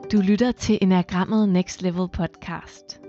Du lytter til Enagrammet Next Level podcast.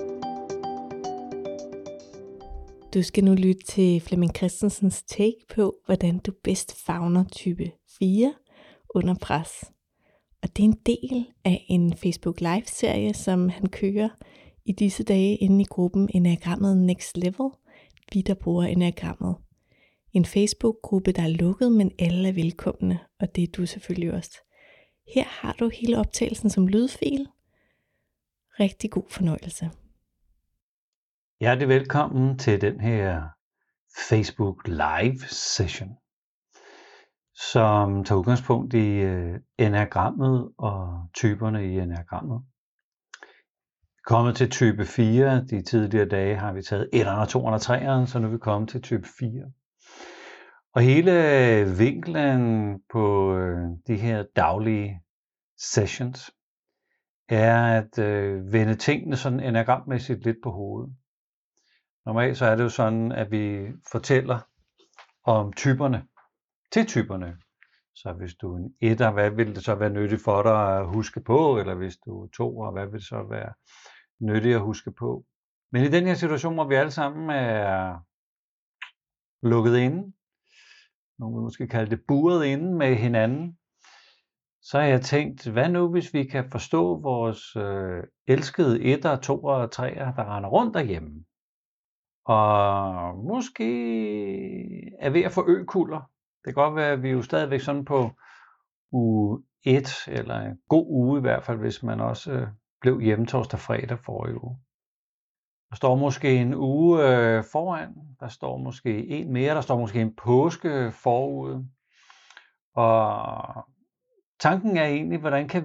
Du skal nu lytte til Flemming Christensens take på, hvordan du bedst favner type 4 under pres. Og det er en del af en Facebook Live-serie, som han kører i disse dage inde i gruppen Enagrammet Next Level, vi der bruger Enagrammet. En Facebook-gruppe, der er lukket, men alle er velkomne, og det er du selvfølgelig også. Her har du hele optagelsen som lydfil. Rigtig god fornøjelse. Hjertelig velkommen til den her Facebook Live session, som tager udgangspunkt i enagrammet og typerne i enagrammet. Kommet til type 4. De tidligere dage har vi taget 1'eren og 2'eren og 3'eren, så nu er vi kommet til type 4. Og hele vinklen på de her daglige sessions er at vende tingene sådan enagrammæssigt lidt på hovedet. Normalt så er det jo sådan, at vi fortæller om typerne til typerne. Så hvis du er en etter, hvad vil det så være nyttigt for dig at huske på? Eller hvis du er toer, hvad vil det så være nyttigt at huske på? Men i den her situation, hvor vi alle sammen er lukket inde, nogle vil måske kalde det buret inde med hinanden, så har jeg tænkt, hvad nu hvis vi kan forstå vores elskede etter, toer og treer, der render rundt derhjemme, og måske er ved at få økulder. Det kan godt være, at vi er jo stadigvæk sådan på uge 1, eller en god uge i hvert fald, hvis man også blev hjemme torsdag og fredag forrige uge. Der står måske en uge foran, der står måske en mere, der står måske en påske forude. Og tanken er egentlig, hvordan kan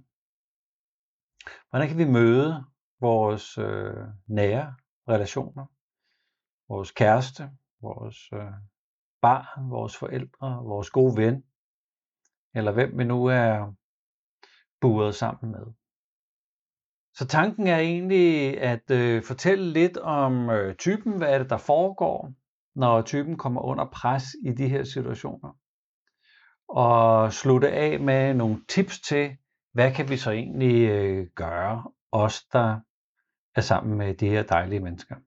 vi møde vores nære relationer, vores kæreste, vores barn, vores forældre, vores gode ven, eller hvem vi nu er buret sammen med. Så tanken er egentlig at fortælle lidt om typen, hvad er det, der foregår, når typen kommer under pres i de her situationer. Og slutte af med nogle tips til, hvad kan vi så egentlig gøre, os der er sammen med de her dejlige mennesker.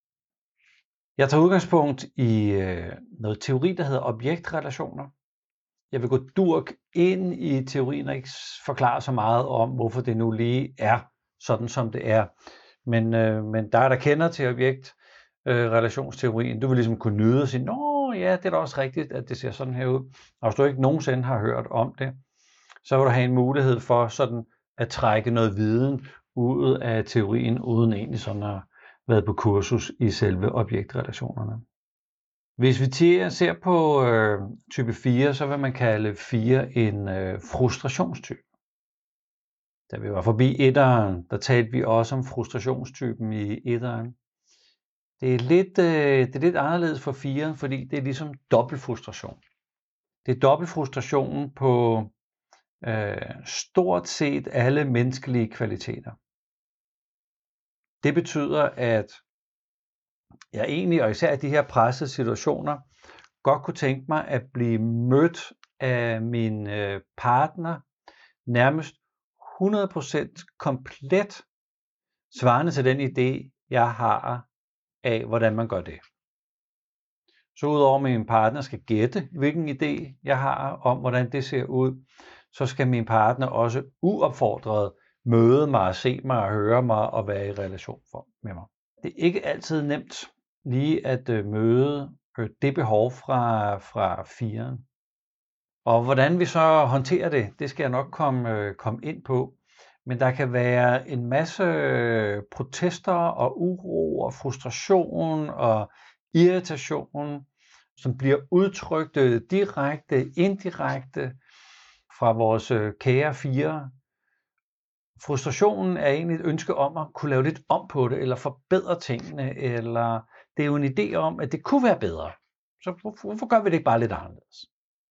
Jeg tager udgangspunkt i noget teori, der hedder objektrelationer. Jeg vil gå durk ind i teorien og ikke forklare så meget om, hvorfor det nu lige er sådan, som det er. Men der kender til objektrelationsteorien, du vil ligesom kunne nyde og sige, nå ja, det er da også rigtigt, at det ser sådan her ud. Og hvis du ikke nogensinde har hørt om det, så vil du have en mulighed for sådan at trække noget viden ud af teorien, uden egentlig sådan at været på kursus i selve objektrelationerne. Hvis vi ser på type 4, så vil man kalde 4 en frustrationstype. Da vi var forbi etteren, der talte vi også om frustrationstypen i etteren. Det er lidt anderledes for 4, fordi det er ligesom dobbelt frustration. Det er dobbelt frustrationen på stort set alle menneskelige kvaliteter. Det betyder, at jeg egentlig, og især i de her pressede situationer, godt kunne tænke mig at blive mødt af min partner nærmest 100% komplet svarende til den idé, jeg har af, hvordan man gør det. Så udover at min partner skal gætte, hvilken idé jeg har om, hvordan det ser ud, så skal min partner også uopfordret møde mig, se mig og høre mig og være i relation med mig. Det er ikke altid nemt lige at møde det behov fra 4'eren. Og hvordan vi så håndterer det, det skal jeg nok komme ind på. Men der kan være en masse protester og uro og frustration og irritation, som bliver udtrykt direkte, indirekte fra vores kære 4. Frustrationen er egentlig et ønske om at kunne lave lidt om på det, eller forbedre tingene, eller det er jo en idé om, at det kunne være bedre. Så hvorfor gør vi det ikke bare lidt anderledes?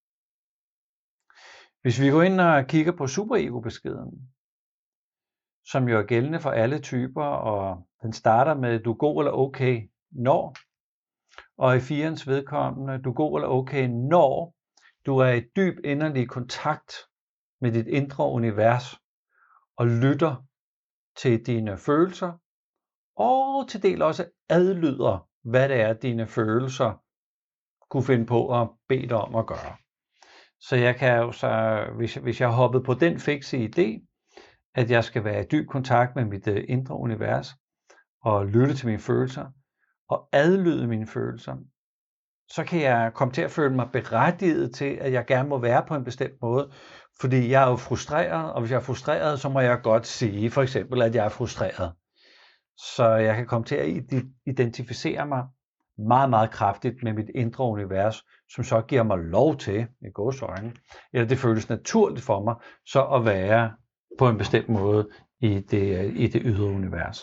Hvis vi går ind og kigger på superego-beskeden, som jo er gældende for alle typer, og den starter med, du er god eller okay, når. Og i 4'ens vedkommende, du er god eller okay, når du er i dyb inderlig kontakt med dit indre univers, og lytter til dine følelser, og til del også adlyder, hvad det er, dine følelser kunne finde på at bede dig om at gøre. Så jeg kan jo så, hvis jeg har hoppet på den fikse idé, at jeg skal være i dyb kontakt med mit indre univers, og lytte til mine følelser, og adlyde mine følelser, så kan jeg komme til at føle mig berettiget til, at jeg gerne må være på en bestemt måde, fordi jeg er jo frustreret, og hvis jeg er frustreret, så må jeg godt sige for eksempel, at jeg er frustreret. Så jeg kan komme til at identificere mig meget, meget kraftigt med mit indre univers, som så giver mig lov til, i gåseøjne, eller det føles naturligt for mig, så at være på en bestemt måde i det ydre univers.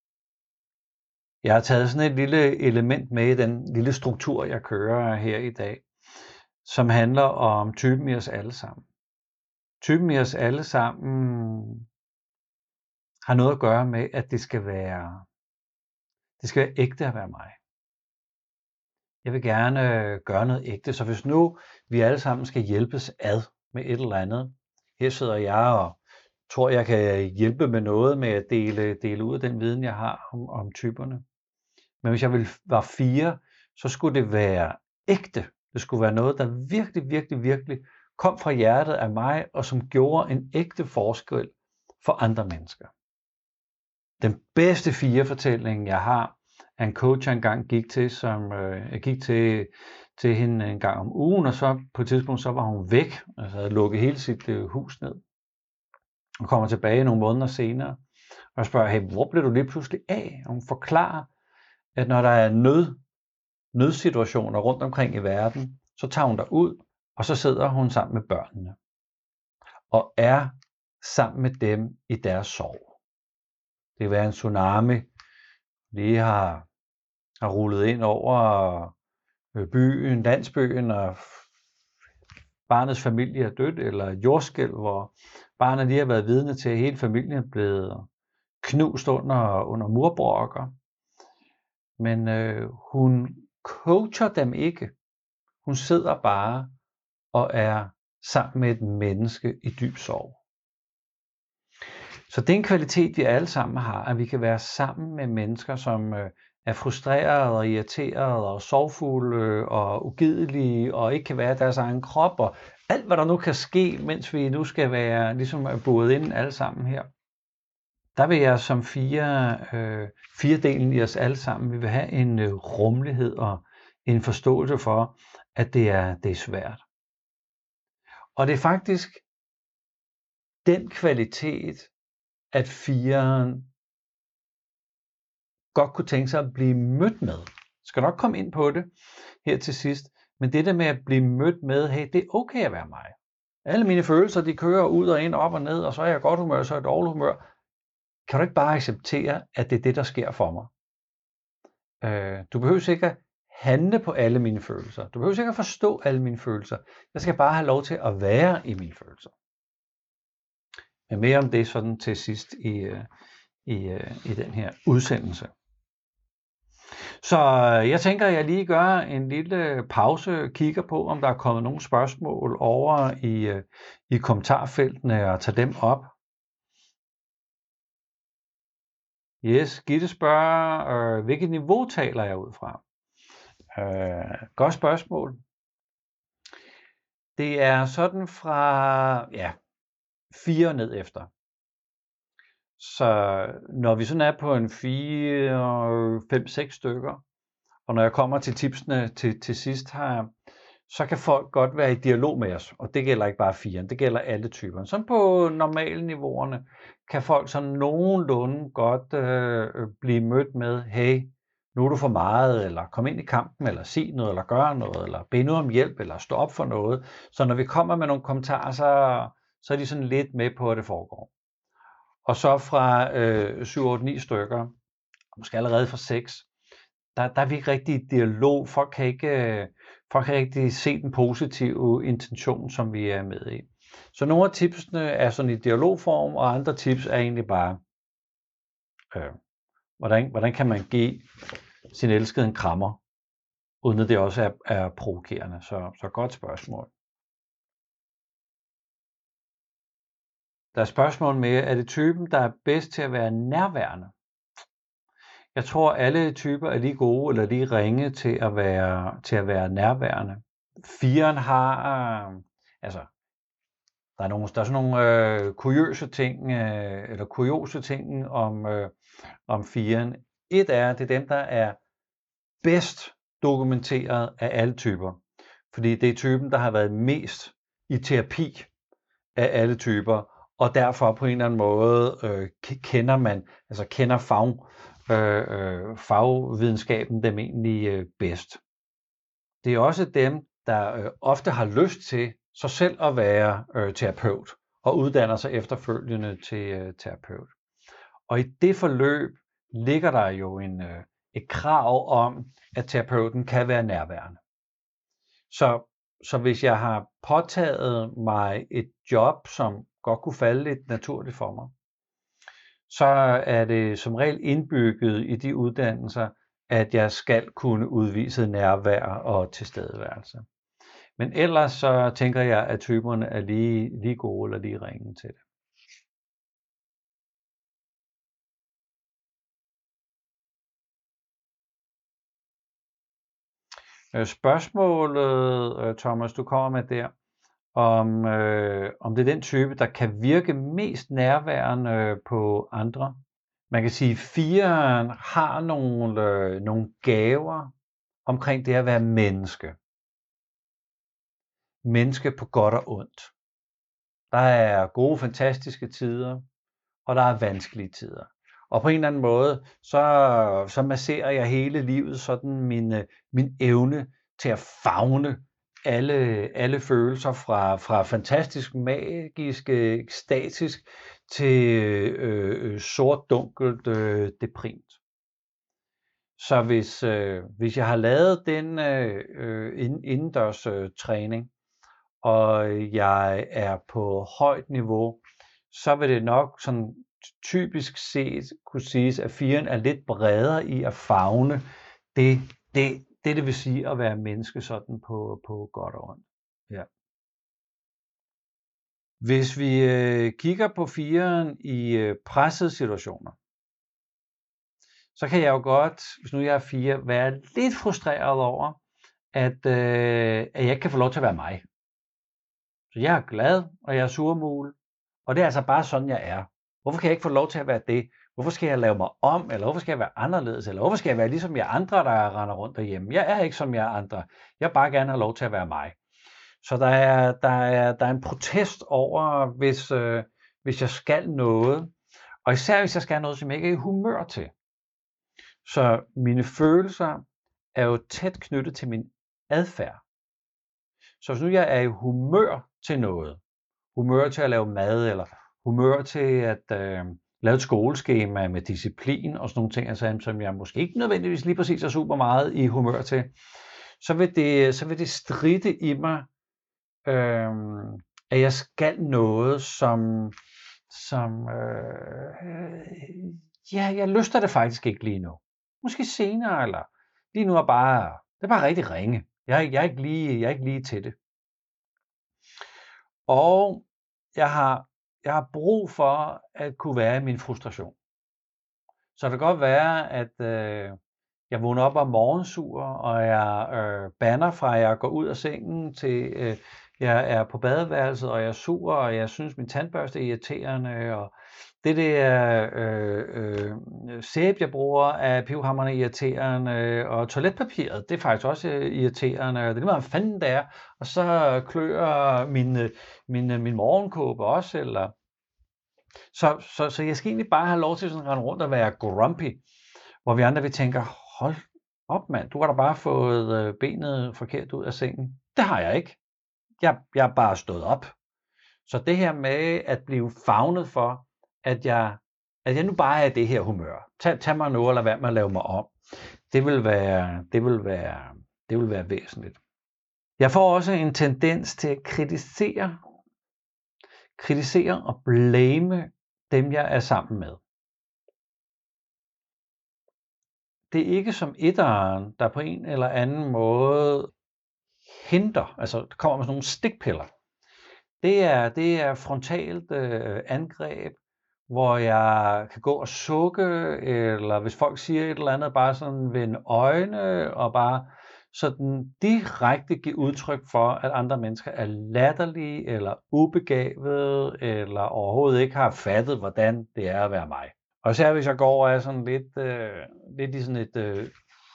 Jeg har taget sådan et lille element med i den lille struktur, jeg kører her i dag, som handler om typen i os alle sammen. Typen i os alle sammen har noget at gøre med, at det skal være ægte at være mig. Jeg vil gerne gøre noget ægte, så hvis nu vi alle sammen skal hjælpes ad med et eller andet, her sidder jeg og tror, jeg kan hjælpe med noget med at dele ud af den viden, jeg har om typerne. Men hvis jeg var 4, så skulle det være ægte. Det skulle være noget, der virkelig, virkelig, virkelig kom fra hjertet af mig, og som gjorde en ægte forskel for andre mennesker. Den bedste 4-fortælling, jeg har, er en coach, jeg engang gik til, som jeg gik til hende en gang om ugen, og så på et tidspunkt, så var hun væk, altså havde lukket hele sit hus ned. Og kommer tilbage nogle måneder senere, og spørger, hey, hvor blev du lige pludselig af? Og hun forklarer, at når der er nødsituationer rundt omkring i verden, så tager hun derud, og så sidder hun sammen med børnene, og er sammen med dem i deres sorg. Det kan være en tsunami, lige har rullet ind over byen, landsbyen, og barnets familie er dødt, eller jordskælv, hvor barnet lige har været vidne til, at hele familien er blevet knust under murbrokker. Men hun coacher dem ikke. Hun sidder bare og er sammen med et menneske i dyb sorg. Så det er en kvalitet, vi alle sammen har, at vi kan være sammen med mennesker, som er frustrerede og irriterede og sorgfulde og ugidelige og ikke kan være deres egen krop og alt, hvad der nu kan ske, mens vi nu skal være ligesom buret ind alle sammen her. Der vil jeg som 4-delen i os alle sammen, vi vil have en rummelighed og en forståelse for, at det er svært. Og det er faktisk den kvalitet, at 4'eren godt kunne tænke sig at blive mødt med. Jeg skal nok komme ind på det her til sidst, men det der med at blive mødt med, hey, det er okay at være mig. Alle mine følelser, de kører ud og ind, op og ned, og så er jeg godt humør, så er jeg dårlig humør. Kan du ikke bare acceptere, at det er det, der sker for mig? Du behøver ikke at handle på alle mine følelser. Du behøver ikke at forstå alle mine følelser. Jeg skal bare have lov til at være i mine følelser. Men mere om det sådan til sidst i den her udsendelse. Så jeg tænker, at jeg lige gør en lille pause, kigger på, om der er kommet nogle spørgsmål over i kommentarfeltene, og tager dem op. Yes, Gitte spørger, hvilket niveau taler jeg ud fra? Godt spørgsmål. Det er sådan fra 4 ned efter. Så når vi sådan er på en 4, 5, 6 stykker, og når jeg kommer til tipsene til sidst her, så kan folk godt være i dialog med os, og det gælder ikke bare 4, det gælder alle typer. Så på normale niveauerne kan folk sådan nogenlunde godt blive mødt med, hey, nu er du for meget, eller kom ind i kampen, eller sig noget, eller gør noget, eller bed noget om hjælp, eller stå op for noget. Så når vi kommer med nogle kommentarer, så er de sådan lidt med på, at det foregår. Og så fra 7, 8, 9 stykker, måske allerede fra 6, der er vi ikke rigtig i dialog. Folk kan ikke rigtig se den positive intention, som vi er med i. Så nogle af tipsene er sådan i dialogform, og andre tips er egentlig bare, hvordan kan man give sin elskede en krammer, uden at det også er provokerende. Så godt spørgsmål. Der er spørgsmål med, er det typen, der er bedst til at være nærværende? Jeg tror, alle typer er lige gode eller lige ringe til at være nærværende. 4'eren har, altså, der er sådan nogle kuriøse ting, eller kuriose ting om 4'eren. Et er, det er dem, der er bedst dokumenteret af alle typer. Fordi det er typen, der har været mest i terapi af alle typer, og derfor på en eller anden måde kender fagvidenskaben dem egentlig bedst. Det er også dem, der ofte har lyst til sig selv at være terapeut, og uddanner sig efterfølgende til terapeut. Og i det forløb ligger der jo et krav om, at terapeuten kan være nærværende. Så hvis jeg har påtaget mig et job, som godt kunne falde lidt naturligt for mig, så er det som regel indbygget i de uddannelser, at jeg skal kunne udvise nærvær og tilstedeværelse. Men ellers så tænker jeg, at typerne er lige gode eller lige ringe til det. Spørgsmålet, Thomas, du kommer med der, om det er den type, der kan virke mest nærværende på andre. Man kan sige, at 4'eren har nogle gaver omkring det at være menneske. Menneske på godt og ondt. Der er gode, fantastiske tider, og der er vanskelige tider. Og på en eller anden måde, så masserer jeg hele livet sådan min evne til at favne alle følelser fra fantastisk, magisk, ekstatisk til sort, dunkelt, deprimt. Så hvis jeg har lavet den indendørs træning, og jeg er på højt niveau, så vil det nok sådan typisk set kunne siges, at 4'eren er lidt bredere i at favne det vil sige at være menneske sådan på godt og ondt. Ja. Hvis vi kigger på 4'eren i pressede situationer, så kan jeg jo godt, hvis nu jeg er 4, være lidt frustreret over, at jeg ikke kan få lov til at være mig. Så jeg er glad, og jeg er surmul, og det er altså bare sådan, jeg er. Hvorfor kan jeg ikke få lov til at være det? Hvorfor skal jeg lave mig om, eller hvorfor skal jeg være anderledes, eller hvorfor skal jeg være ligesom jeg andre, der render rundt derhjemme? Jeg er ikke som jeg andre. Jeg vil bare gerne have lov til at være mig. Så der er en protest over, hvis jeg skal noget, og især hvis jeg skal noget, som jeg ikke er i humør til. Så mine følelser er jo tæt knyttet til min adfærd. Så hvis nu jeg er i humør til noget, humør til at lave mad, eller humør til at lave et skoleskema med disciplin og sådan nogle ting, altså, som jeg måske ikke nødvendigvis lige præcis er super meget i humør til, så vil det stritte i mig, at jeg skal noget, jeg lyster det faktisk ikke lige nu. Måske senere, eller lige nu det er bare rigtig ringe. Jeg er ikke lige til det. Og jeg har brug for at kunne være i min frustration. Så det kan godt være, at jeg vågner op om morgensur, og jeg banner fra, at jeg går ud af sengen, til jeg er på badeværelset, og jeg er sur, og jeg synes, min tandbørste er irriterende, og det der sæbe, jeg bruger, er pivhamrende irriterende, og toiletpapiret, det er faktisk også irriterende, og det er lige meget, hvad fanden det er, og så klør min morgenkåbe også, eller... Så jeg skal egentlig bare have lov til sådan at rende rundt og være grumpy, hvor vi andre vi tænker, hold op mand, du har da bare fået benet forkert ud af sengen. Det har jeg ikke. Jeg er bare stået op. Så det her med at blive favnet for, at jeg nu bare er i det her humør. Tag mig nu og lad være med at lave mig om. Det vil være væsentligt. Jeg får også en tendens til at kritisere og blame dem, jeg er sammen med. Det er ikke som etteren, der på en eller anden måde henter, altså der kommer med sådan nogle stikpiller. Det er frontalt angreb, hvor jeg kan gå og sukke, eller hvis folk siger et eller andet, bare sådan vende øjne, og bare sådan direkte give udtryk for, at andre mennesker er latterlige, eller ubegavede, eller overhovedet ikke har fattet, hvordan det er at være mig. Og især hvis jeg går og er sådan lidt i sådan et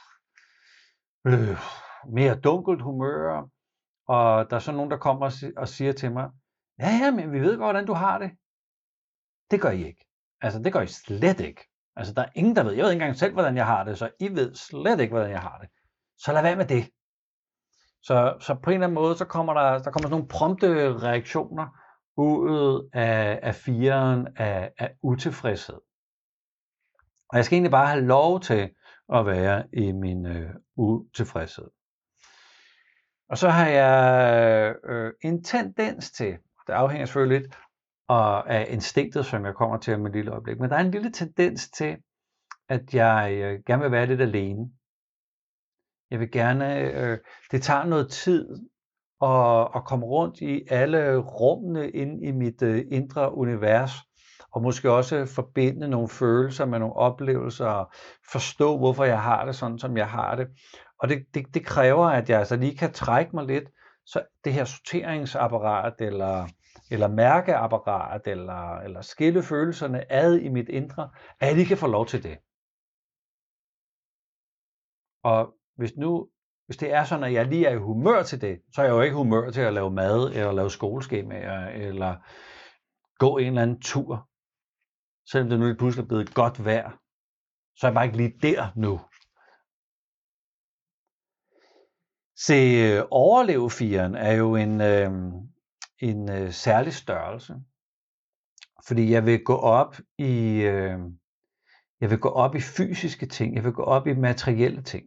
mere dunkelt humør, og der er sådan nogen, der kommer og siger til mig, ja, men vi ved godt, hvordan du har det. Det gør I ikke. Altså, det gør I slet ikke. Altså, der er ingen, der ved. Jeg ved ikke engang selv, hvordan jeg har det, så I ved slet ikke, hvordan jeg har det. Så lad være med det. Så på en eller anden måde, så kommer der sådan nogle prompte reaktioner ud af fireren af utilfredshed. Og jeg skal egentlig bare have lov til at være i min utilfredshed. Og så har jeg en tendens til, det afhænger selvfølgelig lidt af instinktet, som jeg kommer til om et lille øjeblik, men der er en lille tendens til, at jeg gerne vil være lidt alene. Jeg vil gerne, det tager noget tid at komme rundt i alle rummene inde i mit indre univers, og måske også forbinde nogle følelser med nogle oplevelser, og forstå, hvorfor jeg har det sådan, som jeg har det. Og det kræver, at jeg altså lige kan trække mig lidt, så det her sorteringsapparat, eller mærkeapparat, eller skille følelserne ad i mit indre, at jeg lige kan få lov til det. Og hvis det er sådan, at jeg lige er i humør til det, så er jeg jo ikke i humør til at lave mad, eller lave skoleskemaer, eller gå en eller anden tur. Selvom det nu er pludselig blevet godt vejr, så er jeg bare ikke lige der nu. Se, overlevefireren er jo en særlig størrelse. Fordi jeg vil gå op i fysiske ting, jeg vil gå op i materielle ting.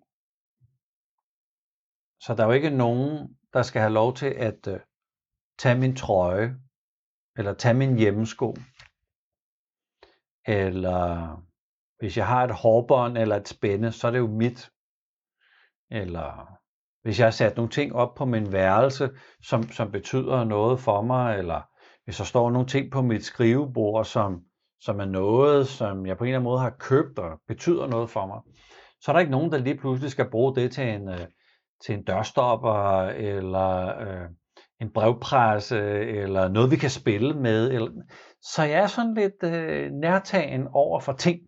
Så der er jo ikke nogen, der skal have lov til at tage min trøje, eller tage min hjemmesko, eller hvis jeg har et hårbånd eller et spænde, så er det jo mit. Eller hvis jeg har sat nogle ting op på min værelse, som betyder noget for mig, eller hvis der står nogle ting på mit skrivebord, som er noget, som jeg på en eller anden måde har købt og betyder noget for mig, så er der ikke nogen, der lige pludselig skal bruge det til en dørstopper, eller en brevpresse, eller noget, vi kan spille med. Så jeg er sådan lidt nærtagen over for ting.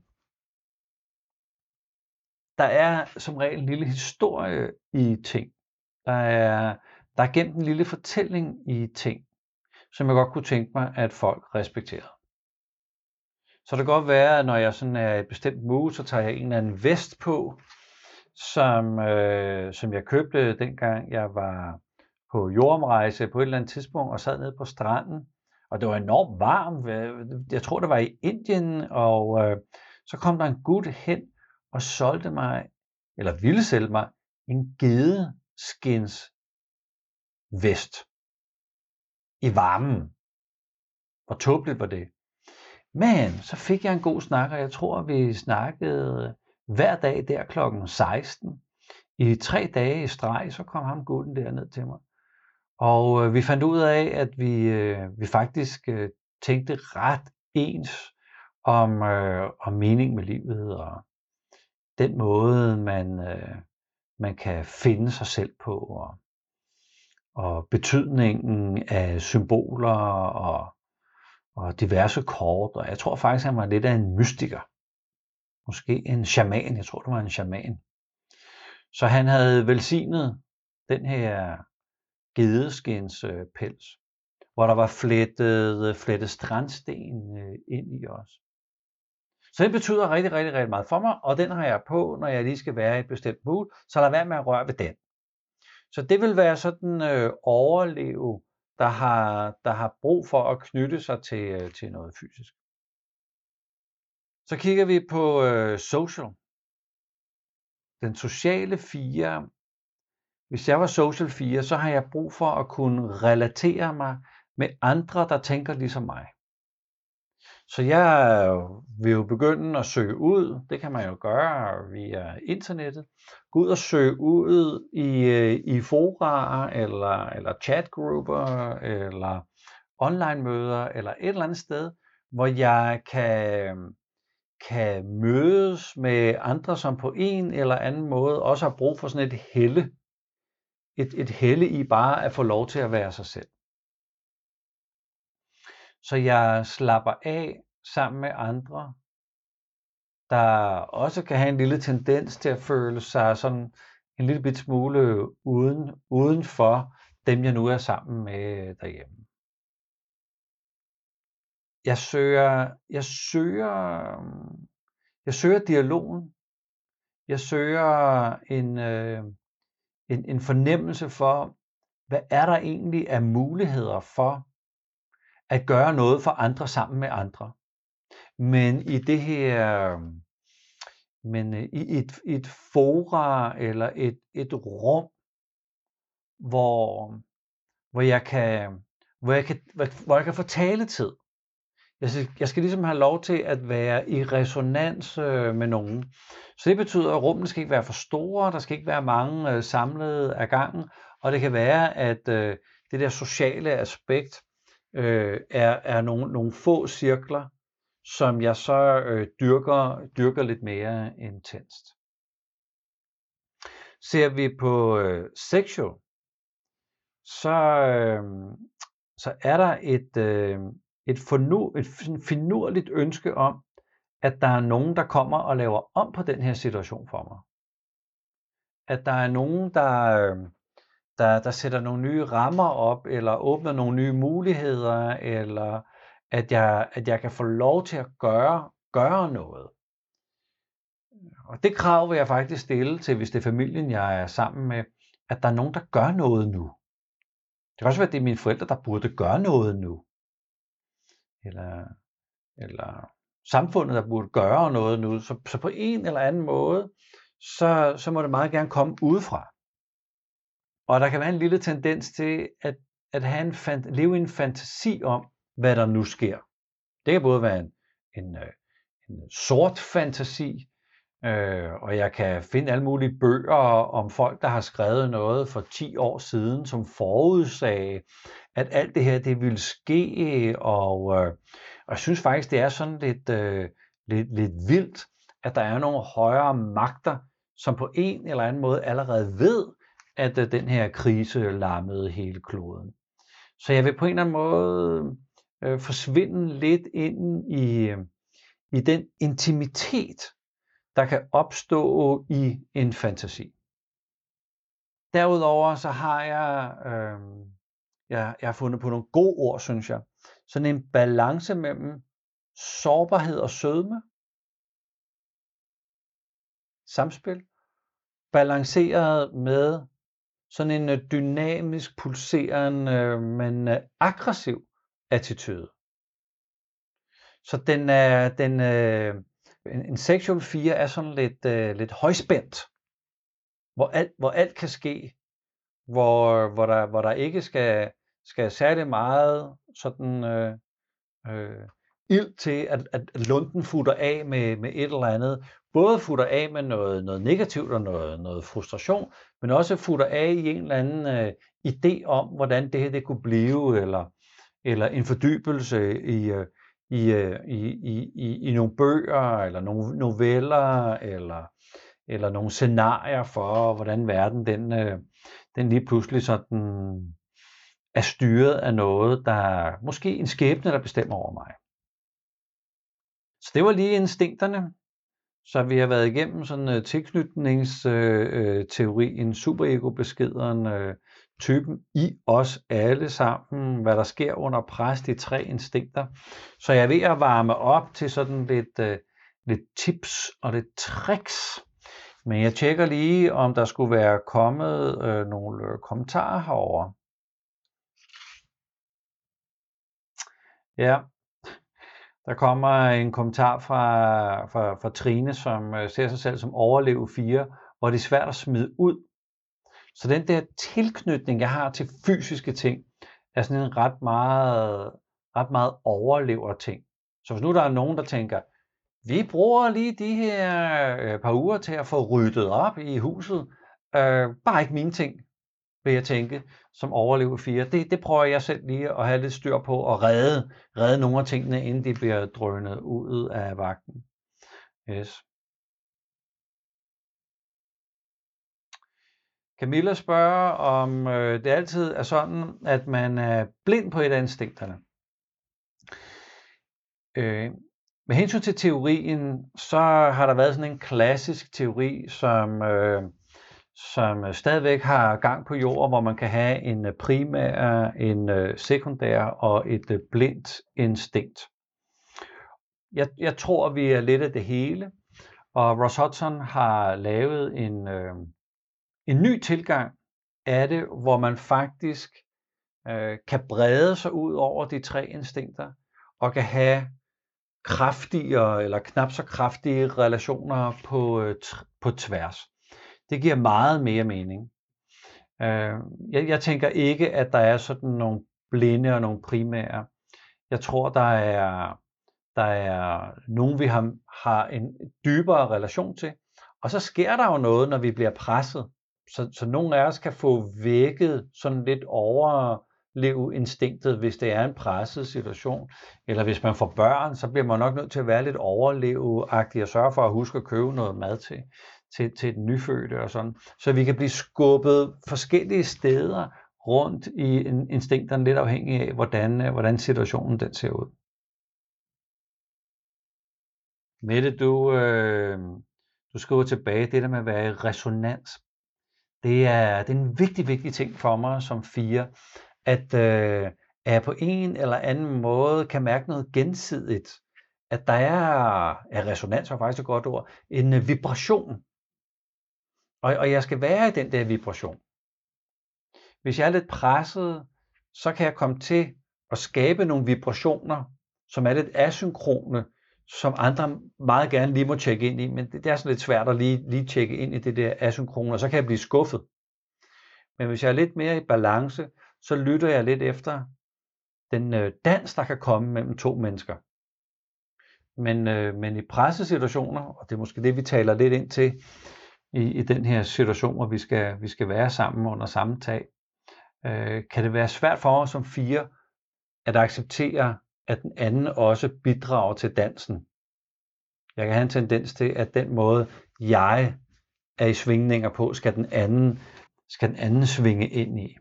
Der er som regel en lille historie i ting. Der er gemt en lille fortælling i ting, som jeg godt kunne tænke mig, at folk respekterede. Så det kan godt være, at når jeg sådan er i et bestemt mood, så tager jeg en eller anden vest på, som jeg købte dengang jeg var på jordomrejse på et eller andet tidspunkt og sad nede på stranden. Og det var enormt varmt. Jeg tror, det var i Indien, og så kom der en gut hen og solgte mig, eller ville sælge mig, en gedeskins vest i varmen. Hvor tåbeligt var det. Men så fik jeg en god snak, og jeg tror, vi snakkede hver dag der klokken 16. I 3 dage i streg, så kom ham gutten der ned til mig. Og vi fandt ud af, at vi faktisk tænkte ret ens om mening med livet, og den måde, man kan finde sig selv på, og betydningen af symboler og diverse kort. Og jeg tror faktisk, han var lidt af en mystiker. Måske en shaman. Jeg tror, det var en shaman. Så han havde velsignet den her gedeskins pels, hvor der var flettet strandsten ind i os. Så det betyder rigtig, rigtig, rigtig meget for mig, og den har jeg på, når jeg lige skal være i et bestemt mood, så lad være med at røre ved den. Så det vil være sådan overleve, der har brug for at knytte sig til noget fysisk. Så kigger vi på social. Den sociale 4. Hvis jeg var social 4, så har jeg brug for at kunne relatere mig med andre, der tænker ligesom mig. Så jeg vil jo begynde at søge ud, det kan man jo gøre via internettet, gå ud og søge ud i forarer eller chatgrupper, eller online møder eller et eller andet sted, hvor jeg kan mødes med andre, som på en eller anden måde også har brug for sådan et helle. Et helle i bare at få lov til at være sig selv. Så jeg slapper af sammen med andre, der også kan have en lille tendens til at føle sig sådan en lille bit smule uden for dem, jeg nu er sammen med derhjemme. Jeg søger dialogen. Jeg søger en fornemmelse for, hvad er der egentlig af muligheder for at gøre noget for andre sammen med andre. Men i det her, i et fora eller et rum, hvor jeg kan få taletid. Jeg skal ligesom have lov til at være i resonans med nogen. Så det betyder, at rummene skal ikke være for store, der skal ikke være mange samlede af gangen, og det kan være, at det der sociale aspekt er nogle få cirkler, som jeg så dyrker lidt mere intenst. Ser vi på sexual, så er der et finurligt ønske om, at der er nogen, der kommer og laver om på den her situation for mig. At der er nogen, der sætter nogle nye rammer op, eller åbner nogle nye muligheder, eller at jeg kan få lov til at gøre noget. Og det krav vil jeg faktisk stille til, hvis det er familien, jeg er sammen med, at der er nogen, der gør noget nu. Det kan også være, at det er mine forældre, der burde gøre noget nu. Eller samfundet, der burde gøre noget nu. Så på en eller anden måde, så må det meget gerne komme udefra. Og der kan være en lille tendens til at leve i en fantasi om, hvad der nu sker. Det kan både være en sort fantasi, og jeg kan finde alle mulige bøger om folk, der har skrevet noget for 10 år siden, som forudsagde, at alt det her, det ville ske, og jeg synes faktisk, det er sådan lidt vildt, at der er nogle højere magter, som på en eller anden måde allerede ved, at den her krise lammede hele kloden. Så jeg vil på en eller anden måde forsvinde lidt ind i den intimitet, der kan opstå i en fantasi. Derudover så har jeg har fundet på nogle gode ord, synes jeg. Sådan en balance mellem sårbarhed og sødme. Samspil. Balanceret med sådan en dynamisk, pulserende, men aggressiv attitude. Så en sexual 4 er sådan lidt højspændt, hvor alt kan ske, hvor der ikke skal særlig meget sådan ild til, at lunden futter af med et eller andet. Både futter af med noget negativt og noget frustration, men også futter af i en eller anden idé om, hvordan det her det kunne blive, eller en fordybelse i nogle bøger, eller nogle noveller, eller nogle scenarier for, hvordan verden den lige pludselig sådan er styret af noget, der måske en skæbne, der bestemmer over mig. Så det var lige instinkterne. Så vi har været igennem sådan tilknytningsteorien, superego-beskederen, typen i os alle sammen, hvad der sker under pres, de 3 instinkter. Så jeg er ved at varme op til sådan lidt tips og lidt tricks. Men jeg tjekker lige, om der skulle være kommet nogle kommentarer herover. Ja, der kommer en kommentar fra Trine, som ser sig selv som overleve 4, hvor det er svært at smide ud. Så den der tilknytning, jeg har til fysiske ting, er sådan en ret meget overlever ting. Så hvis nu der er nogen, der tænker, vi bruger lige de her par uger til at få ryddet op i huset, bare ikke mine ting. vil jeg tænke, som overlever 4. Det prøver jeg selv lige at have lidt styr på og redde nogle af tingene, inden de bliver drønet ud af vagten. Yes. Camilla spørger, om det altid er sådan, at man er blind på et af instinkterne. Med hensyn til teorien, så har der været sådan en klassisk teori, som stadigvæk har gang på jorden, hvor man kan have en primær, en sekundær og et blindt instinkt. Jeg tror, vi er lidt af det hele, og Ross Hudson har lavet en ny tilgang af det, hvor man faktisk kan brede sig ud over de 3 instinkter, og kan have kraftigere eller knap så kraftige relationer på tværs. Det giver meget mere mening. Jeg tænker ikke, at der er sådan nogle blinde og nogle primære. Jeg tror, der er nogen, vi har en dybere relation til. Og så sker der jo noget, når vi bliver presset. Så nogle af os kan få vækket sådan lidt overleve instinktet, hvis det er en presset situation. Eller hvis man får børn, så bliver man nok nødt til at være lidt overleveagtig og sørge for at huske at købe noget mad til den nyfødte og sådan. Så vi kan blive skubbet forskellige steder rundt i instinkterne, lidt afhængig af, hvordan situationen den ser ud. Mette, du skriver tilbage, det der med at være i resonans. Det er en vigtig ting for mig som 4, at jeg på en eller anden måde kan mærke noget gensidigt. At der er resonans, er faktisk et godt ord, en vibration. Og jeg skal være i den der vibration. Hvis jeg er lidt presset, så kan jeg komme til at skabe nogle vibrationer, som er lidt asynkrone, som andre meget gerne lige må tjekke ind i, men det er sådan lidt svært at lige tjekke ind i det der asynkrone, og så kan jeg blive skuffet. Men hvis jeg er lidt mere i balance, så lytter jeg lidt efter den dans, der kan komme mellem 2 mennesker. Men i pressesituationer, og det er måske det, vi taler lidt ind til i den her situation, hvor vi skal være sammen under samme tag, kan det være svært for os som 4 at acceptere, at den anden også bidrager til dansen. Jeg kan have en tendens til, at den måde, jeg er i svingninger på, skal den anden svinge ind i.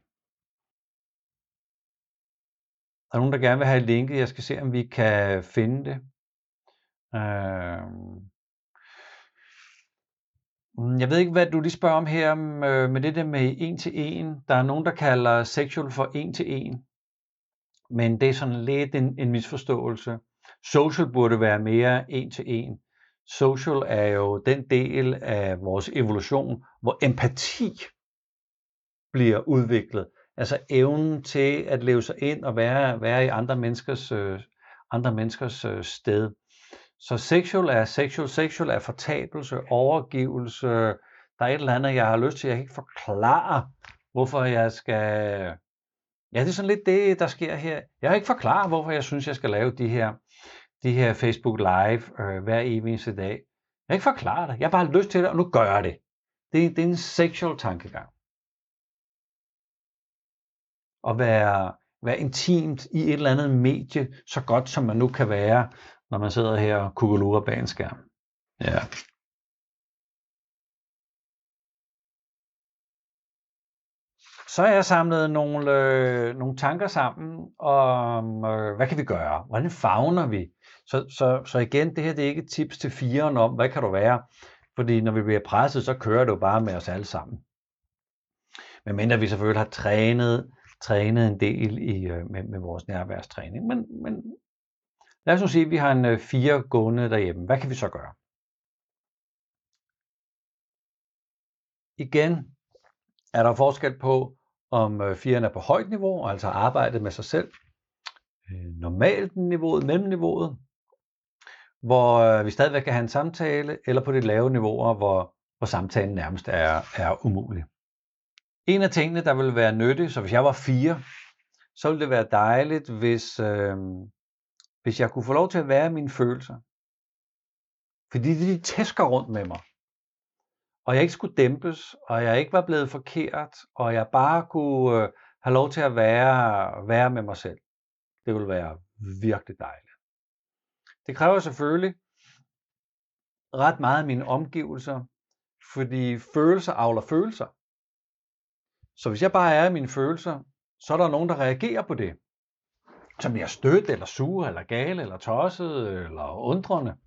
Der er nogen, der gerne vil have linket. Jeg skal se, om vi kan finde det. Jeg ved ikke, hvad du lige spørger om her med det der med 1-til-1. Der er nogen, der kalder sexual for 1-til-1. Men det er sådan lidt en misforståelse. Social burde være mere 1-til-1. Social er jo den del af vores evolution, hvor empati bliver udviklet. Altså evnen til at leve sig ind og være i andre menneskers sted. Så sexual er fortabelse, overgivelse. Der er et eller andet, jeg har lyst til. Jeg kan ikke forklare, hvorfor jeg skal... Ja, det er sådan lidt det, der sker her. Jeg kan ikke forklare, hvorfor jeg synes, jeg skal lave de her Facebook Live hver eneste dag. Jeg kan ikke forklare det. Jeg har bare lyst til det, og nu gør jeg det. Det er en sexual tankegang. At være intimt i et eller andet medie, så godt som man nu kan være, når man sidder her og kukkelurer bag en skærm. Ja. Så har jeg samlet nogle tanker sammen om, hvad kan vi gøre? Hvordan favner vi? Så igen, det her det er ikke et tips til 4'eren om, hvad kan du være? Fordi når vi bliver presset, så kører det jo bare med os alle sammen. Men mindre vi selvfølgelig har trænet en del med vores nærværstræning. Men lad os nu sige, at vi har en 4 gående derhjemme. Hvad kan vi så gøre? Igen er der forskel på, om 4'eren er på højt niveau, altså arbejdet med sig selv. Normalt niveauet, mellemniveauet, hvor vi stadigvæk kan have en samtale, eller på de lave niveauer, hvor samtalen nærmest er umulig. En af tingene, der ville være nyttigt, så hvis jeg var 4, så ville det være dejligt, hvis jeg kunne få lov til at være mine følelser. Fordi de tæsker rundt med mig. og jeg ikke skulle dæmpes, og jeg ikke var blevet forkert, og jeg bare kunne have lov til at være med mig selv. Det ville være virkelig dejligt. Det kræver selvfølgelig ret meget af mine omgivelser, fordi følelser avler følelser. Så hvis jeg bare er i mine følelser, så er der nogen, der reagerer på det. Som bliver stødt, eller sur, eller gal, eller tosset, eller undrende.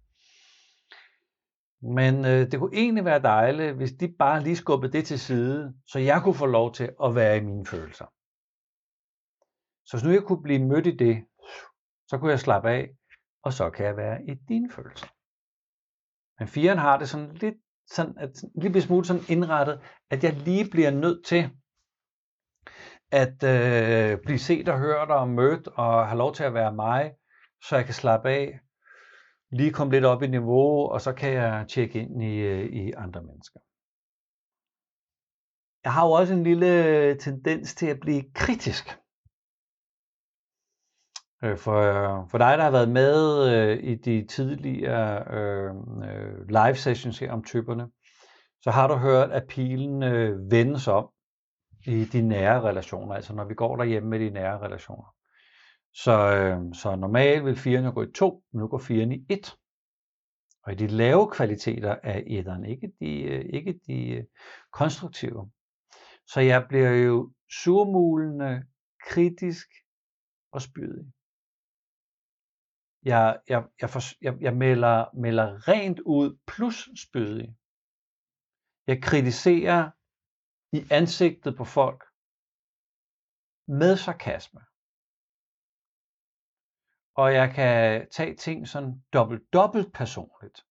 Men det kunne egentlig være dejligt, hvis de bare lige skubbede det til side, så jeg kunne få lov til at være i mine følelser. Så hvis nu jeg kunne blive mødt i det, så kunne jeg slappe af, og så kan jeg være i dine følelser. Men 4'eren har det sådan lidt sådan, at lige smule sådan indrettet, at jeg lige bliver nødt til at blive set og hørt og mødt og have lov til at være mig, så jeg kan slappe af, lige komme lidt op i niveau, og så kan jeg tjekke ind i andre mennesker. Jeg har jo også en lille tendens til at blive kritisk. For dig, der har været med i de tidligere live sessions her om typerne, så har du hørt, at pilen vendes om i de nære relationer, altså når vi går derhjemme med de nære relationer. Så normalt vil 4'eren jo gå i 2, men nu går 4'eren i 1. Og i de lave kvaliteter af 1'eren, ikke de konstruktive. Så jeg bliver jo surmulende, kritisk og spydig. Jeg melder rent ud plus spydig. Jeg kritiserer i ansigtet på folk med sarkasme. Og jeg kan tage ting sådan dobbelt personligt.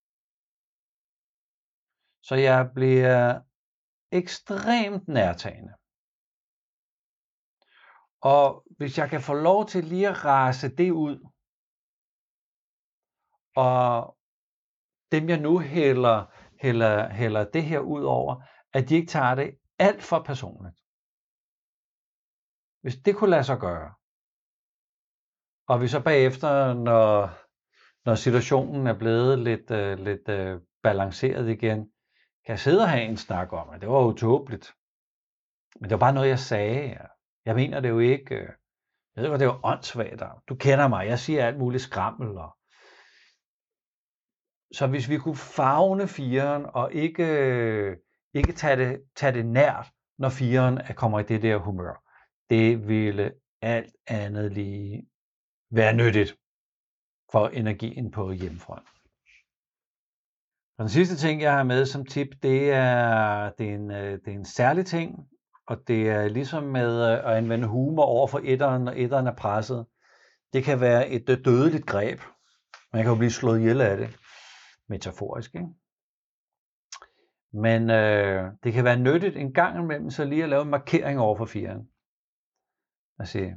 Så jeg bliver ekstremt nærtagende. Og hvis jeg kan få lov til lige at rase det ud, og dem jeg nu hælder det her ud over, at de ikke tager det alt for personligt. Hvis det kunne lade sig gøre, og vi så bagefter, når situationen er blevet lidt balanceret igen, kan jeg sidde og have en snak om, at det var utåbeligt. Men det var bare noget, jeg sagde. Jeg mener det jo ikke. Jeg ved godt, det var åndssvagt. Du kender mig, jeg siger alt muligt skrammel. Så hvis vi kunne favne 4'eren, og ikke tage det nært, når 4'eren kommer i det der humør, det ville alt andet lige være nyttigt for energien på hjemmefront. Og den sidste ting, jeg har med som tip, det er en særlig ting, og det er ligesom med at anvende humor over for 1'eren, når 1'eren er presset. Det kan være et dødeligt greb. Man kan jo blive slået ihjel af det, metaforisk, ikke? Men det kan være nyttigt en gang imellem, så lige at lave en markering over for 4'eren. Og sige,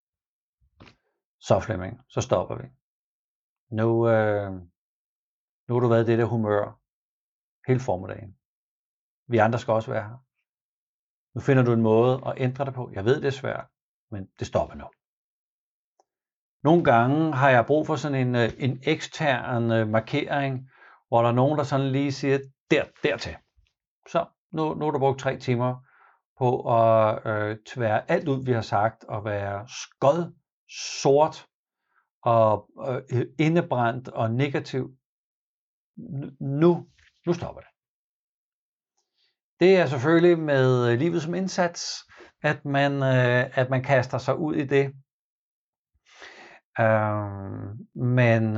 så Flemming, så stopper vi. Nu har du været i det der humør hele formiddagen. Vi andre skal også være her. Nu finder du en måde at ændre det på. Jeg ved, det er svært, men det stopper nu. Nogle gange har jeg brug for sådan en ekstern markering, hvor der er nogen, der sådan lige siger, dertil. Så nu har du brugt 3 timer på at tvære alt ud, vi har sagt, og være skod, sort og indebrændt og negativ. Nu stopper det. Det er selvfølgelig med livet som indsats, at man kaster sig ud i det. Men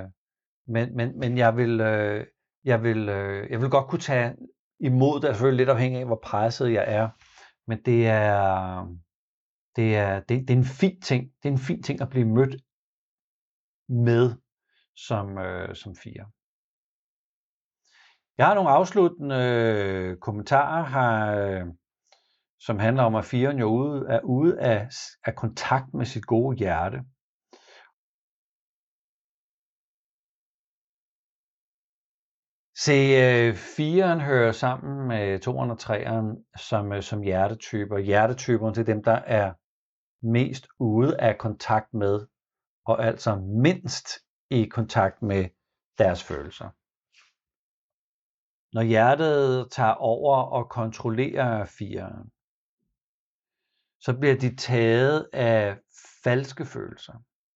jeg vil godt kunne tage imod det, selvfølgelig lidt afhængig af, hvor presset jeg er. Men det er en fin ting. Det er en fin ting at blive mødt med som 4. Jeg har nogle afsluttende kommentarer her, som handler om, at 4'eren jo er ude af kontakt med sit gode hjerte. Se, 4'eren hører sammen med 2'eren og 3'eren som hjertetyper. Hjertetyperne til dem, der er mest ude af kontakt med, og altså mindst i kontakt med deres følelser. Når hjertet tager over og kontrollerer 4'eren, så bliver de taget af falske følelser,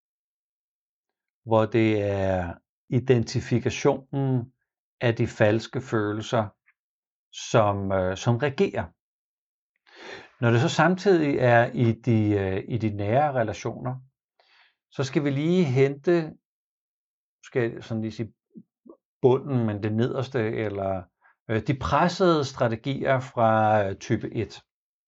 hvor det er identifikationen af de falske følelser, som regerer. Når det så samtidig er i de nære relationer, så skal vi lige hente, skal jeg sådan lige sige bunden, men det nederste, eller de pressede strategier fra type 1,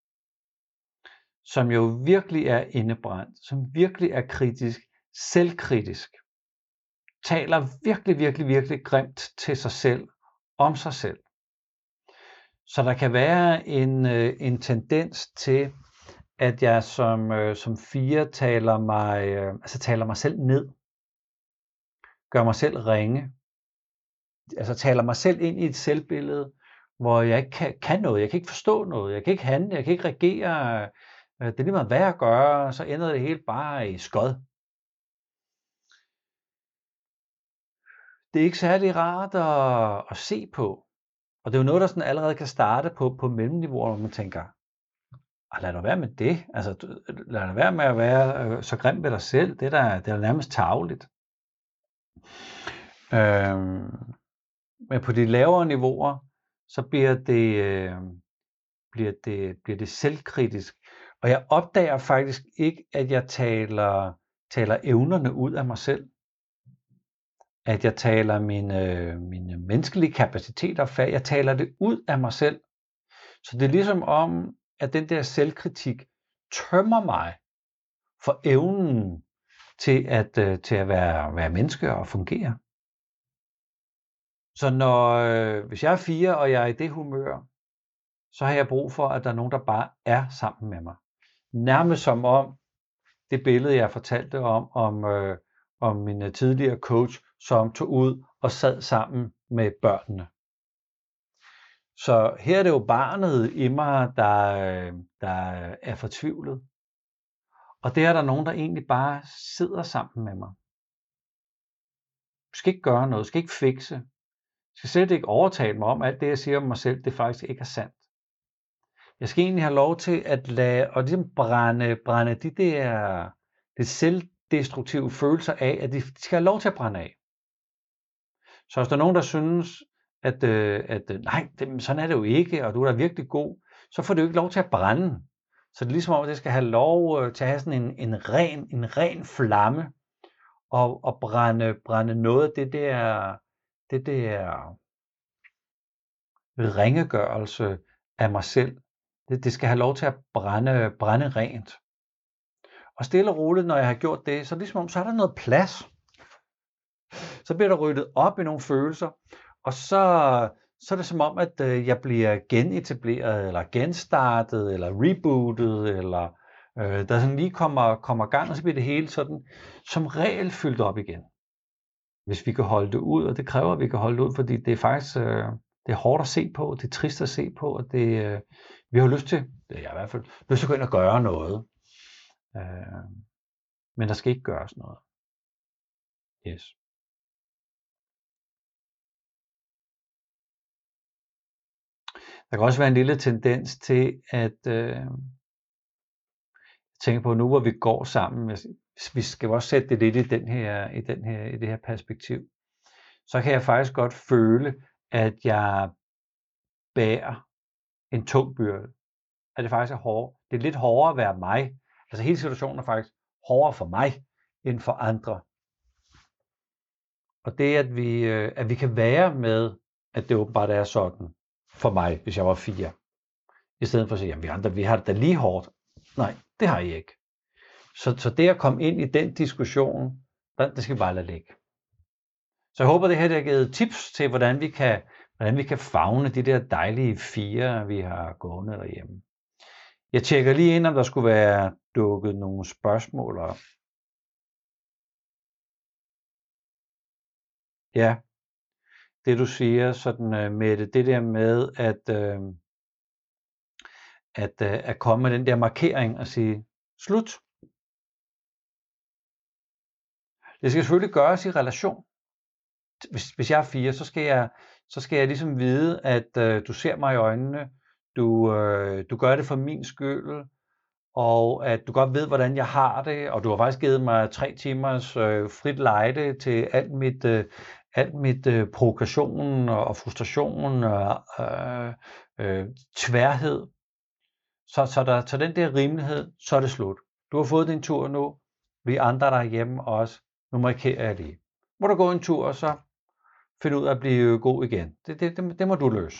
som jo virkelig er indebrændt, som virkelig er kritisk, selvkritisk, taler virkelig, virkelig, virkelig grimt til sig selv, om sig selv. Så der kan være en tendens til, at jeg som 4 taler mig selv ned, gør mig selv ringe, altså taler mig selv ind i et selvbillede, hvor jeg ikke kan noget, jeg kan ikke forstå noget, jeg kan ikke handle, jeg kan ikke reagere, det er lige meget hvad jeg gør, så ender det hele bare i skod. Det er ikke særlig rart at se på, og det er jo noget, der sådan allerede kan starte på mellemniveauer, hvor man tænker, lad dig være med det, altså lad dig være med at være så grim ved dig selv, det er nærmest tarveligt. Men på de lavere niveauer, så bliver det selvkritisk. Og jeg opdager faktisk ikke, at jeg taler evnerne ud af mig selv. At jeg taler mine menneskelige kapaciteter, jeg taler det ud af mig selv. Så det er ligesom om, at den der selvkritik tømmer mig for evnen til at være menneske og fungere. Så hvis jeg er 4, og jeg er i det humør, så har jeg brug for, at der er nogen, der bare er sammen med mig. Nærmest som om det billede, jeg fortalte om min tidligere coach, som tog ud og sad sammen med børnene. Så her er det jo barnet i mig, der er fortvivlet. Og det er der nogen, der egentlig bare sidder sammen med mig. Jeg skal ikke gøre noget, jeg skal ikke fikse. Jeg skal slet ikke overtale mig om, at alt det, jeg siger om mig selv, det faktisk ikke er sandt. Jeg skal egentlig have lov til at lade, og ligesom brænde de selvdestruktive følelser af, at de skal have lov til at brænde af. Så hvis der er nogen, der synes, at nej, sådan er det jo ikke, og du er da virkelig god, så får du ikke lov til at brænde. Så det er ligesom om, at det skal have lov til at have sådan en ren flamme, og brænde noget af det der ringegørelse af mig selv. Det skal have lov til at brænde rent. Og stille og roligt, når jeg har gjort det, så er det ligesom om, så er der noget plads. Så bliver der ryddet op i nogle følelser, og så er det som om, at jeg bliver genetableret, eller genstartet, eller rebootet, eller der sådan lige kommer gang, og så bliver det hele sådan som regel fyldt op igen. Hvis vi kan holde det ud, og det kræver, at vi kan holde det ud, fordi det er faktisk det er hårdt at se på, det er trist at se på, og vi har lyst til, det er jeg i hvert fald, lyst til at gå ind og gøre noget. Men der skal ikke gøres noget. Yes. Der kan også være en lille tendens til at tænke på, nu hvor vi går sammen, vi skal også sætte det lidt i det her perspektiv, så kan jeg faktisk godt føle, at jeg bærer en tung byrde. At det faktisk er hårdt. Det er lidt hårdere at være mig. Altså hele situationen er faktisk hårdere for mig, end for andre. Og det, at vi kan være med, at det åbenbart er sådan for mig, hvis jeg var 4. I stedet for at sige, jamen vi andre, vi har det da lige hårdt. Nej, det har I ikke. Så det at komme ind i den diskussion, det skal vi bare lade ligge. Så jeg håber, det her har givet tips til, hvordan vi kan favne de der dejlige 4, vi har gående derhjemme. Jeg tjekker lige ind, om der skulle være dukket nogle spørgsmål op. Ja, det du siger, sådan med det der med at komme med den der markering og sige, slut. Det skal selvfølgelig gøres i relation. hvis jeg er 4, så skal jeg ligesom vide, at du ser mig i øjnene, du gør det for min skyld, og at du godt ved, hvordan jeg har det, og du har faktisk givet mig 3 timers frit lejde til alt mit provokation og frustration og tværhed. Så den der rimelighed, så er det slut. Du har fået din tur nu, vi andre der er hjemme også, nu markerer jeg lige. Må du gå en tur, og så finde ud af at blive god igen. Det må du løse.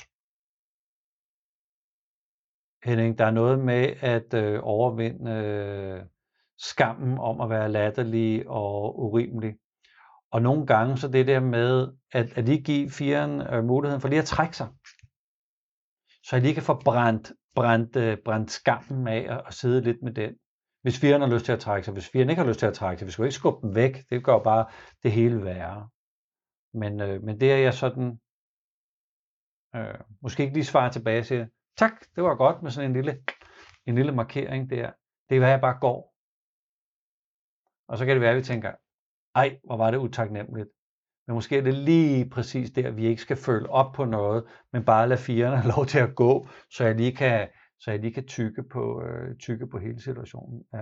Henning, der er noget med at overvinde skammen om at være latterlig og urimelig. Og nogle gange så det der med at lige give 4'eren muligheden for lige at trække sig. Så jeg lige kan få brændt skammen af og sidde lidt med den. Hvis 4'eren har lyst til at trække sig, hvis 4'eren ikke har lyst til at trække sig, vi skal jo ikke skubbe dem væk, det gør bare det hele værre. Men det er jeg sådan, måske ikke lige svare tilbage og sige, tak, det var godt med sådan en lille markering der. Det er hvad jeg bare går. Og så kan det være, at vi tænker, ej, hvor var det utaknemmeligt. Men måske er det lige præcis der, vi ikke skal følge op på noget, men bare lade 4'erne have lov til at gå, så jeg lige kan tygge på hele situationen. Ja.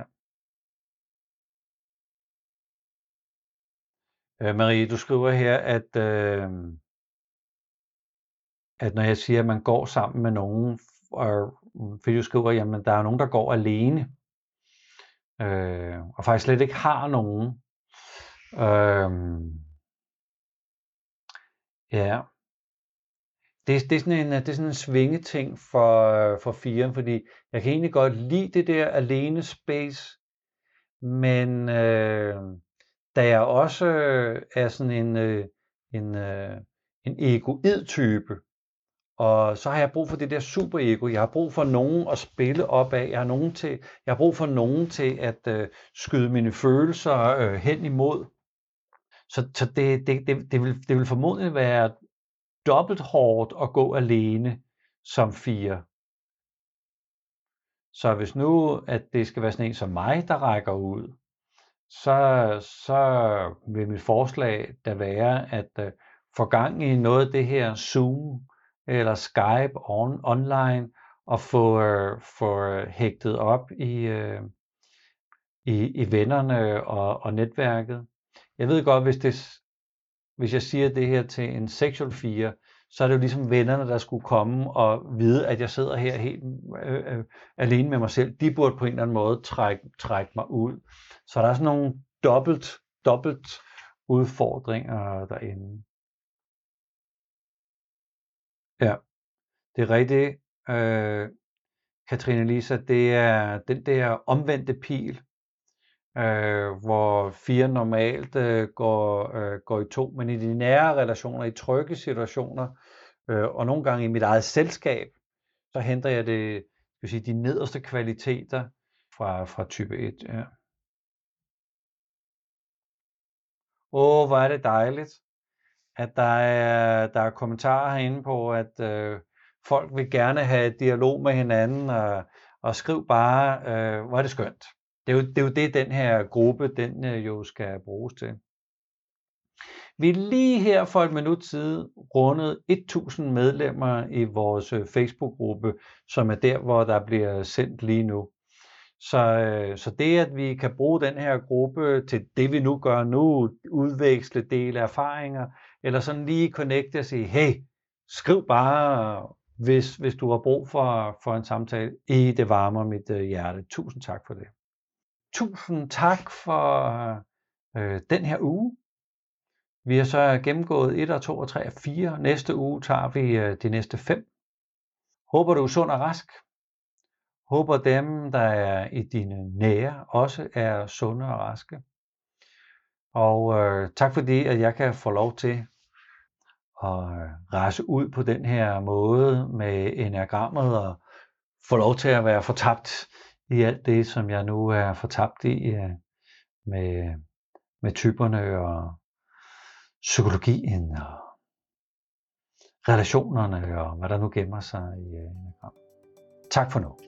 Marie, du skriver her, at når jeg siger, at man går sammen med nogen, fordi du skriver, jamen der er nogen, der går alene, og faktisk slet ikke har nogen. Ja, det er sådan en svingeting for 4'eren, fordi jeg kan egentlig godt lide det der alene space, men da jeg også er sådan en egoid-type, og så har jeg brug for det der superego. Jeg har brug for nogen at spille op af. Jeg har brug for nogen til at skyde mine følelser hen imod. Så det vil formodentlig være dobbelt hårdt at gå alene som 4. Så hvis nu, at det skal være sådan en som mig, der rækker ud, så vil mit forslag da være at få gang i noget af det her Zoom eller Skype online og få hægtet op i vennerne og netværket. Jeg ved godt, hvis jeg siger det her til en sexual 4, så er det jo ligesom vennerne, der skulle komme og vide, at jeg sidder her helt alene med mig selv. De burde på en eller anden måde trække mig ud. Så der er sådan nogle dobbelt udfordringer derinde. Ja, det er rigtigt. Katrine Lisa, det er den der omvendte pil, hvor 4 normalt går i 2, men i de nære relationer, i trygge situationer, og nogle gange i mit eget selskab, så henter jeg de nederste kvaliteter fra type 1. Ja. Hvor er det dejligt, at der er kommentarer herinde på, at folk vil gerne have dialog med hinanden, og skriv bare, hvor er det skønt. Det er jo det, den her gruppe, den jo skal bruges til. Vi er lige her for et minut siden rundet 1000 medlemmer i vores Facebook-gruppe, som er der, hvor der bliver sendt lige nu. Så det, at vi kan bruge den her gruppe til det, vi nu gør nu, udveksle dele erfaringer, eller sådan lige connecte og sige, hey, skriv bare, hvis du har brug for en samtale. Det varmer mit hjerte. Tusind tak for det. Tusind tak for den her uge. Vi har så gennemgået 1, 2, 3 og 4. Næste uge tager vi de næste 5. Håber du er sund og rask. Håber dem, der er i dine nære, også er sunde og raske. Og tak fordi, at jeg kan få lov til at rejse ud på den her måde med enagrammet og få lov til at være fortabt i alt det, som jeg nu er fortabt i med typerne og psykologien og relationerne og hvad der nu gemmer sig i enagram. Tak for nu.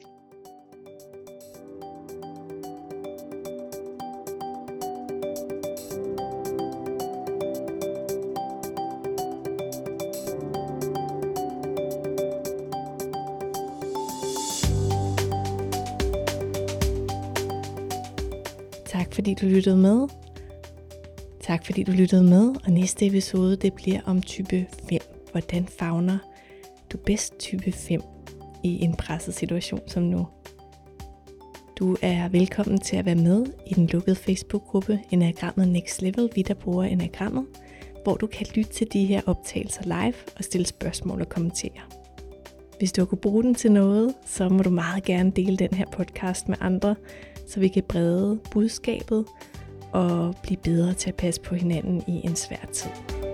fordi du lyttede med. Tak fordi du lyttede med, og næste episode det bliver om type 5. Hvordan favner du bedst type 5 i en presset situation som nu? Du er velkommen til at være med i den lukkede Facebook-gruppe Enneagrammet Next Level, vi der bruger Enneagrammet, hvor du kan lytte til de her optagelser live og stille spørgsmål og kommentere. Hvis du har kunne bruge den til noget, så må du meget gerne dele den her podcast med andre, så vi kan brede budskabet og blive bedre til at passe på hinanden i en svær tid.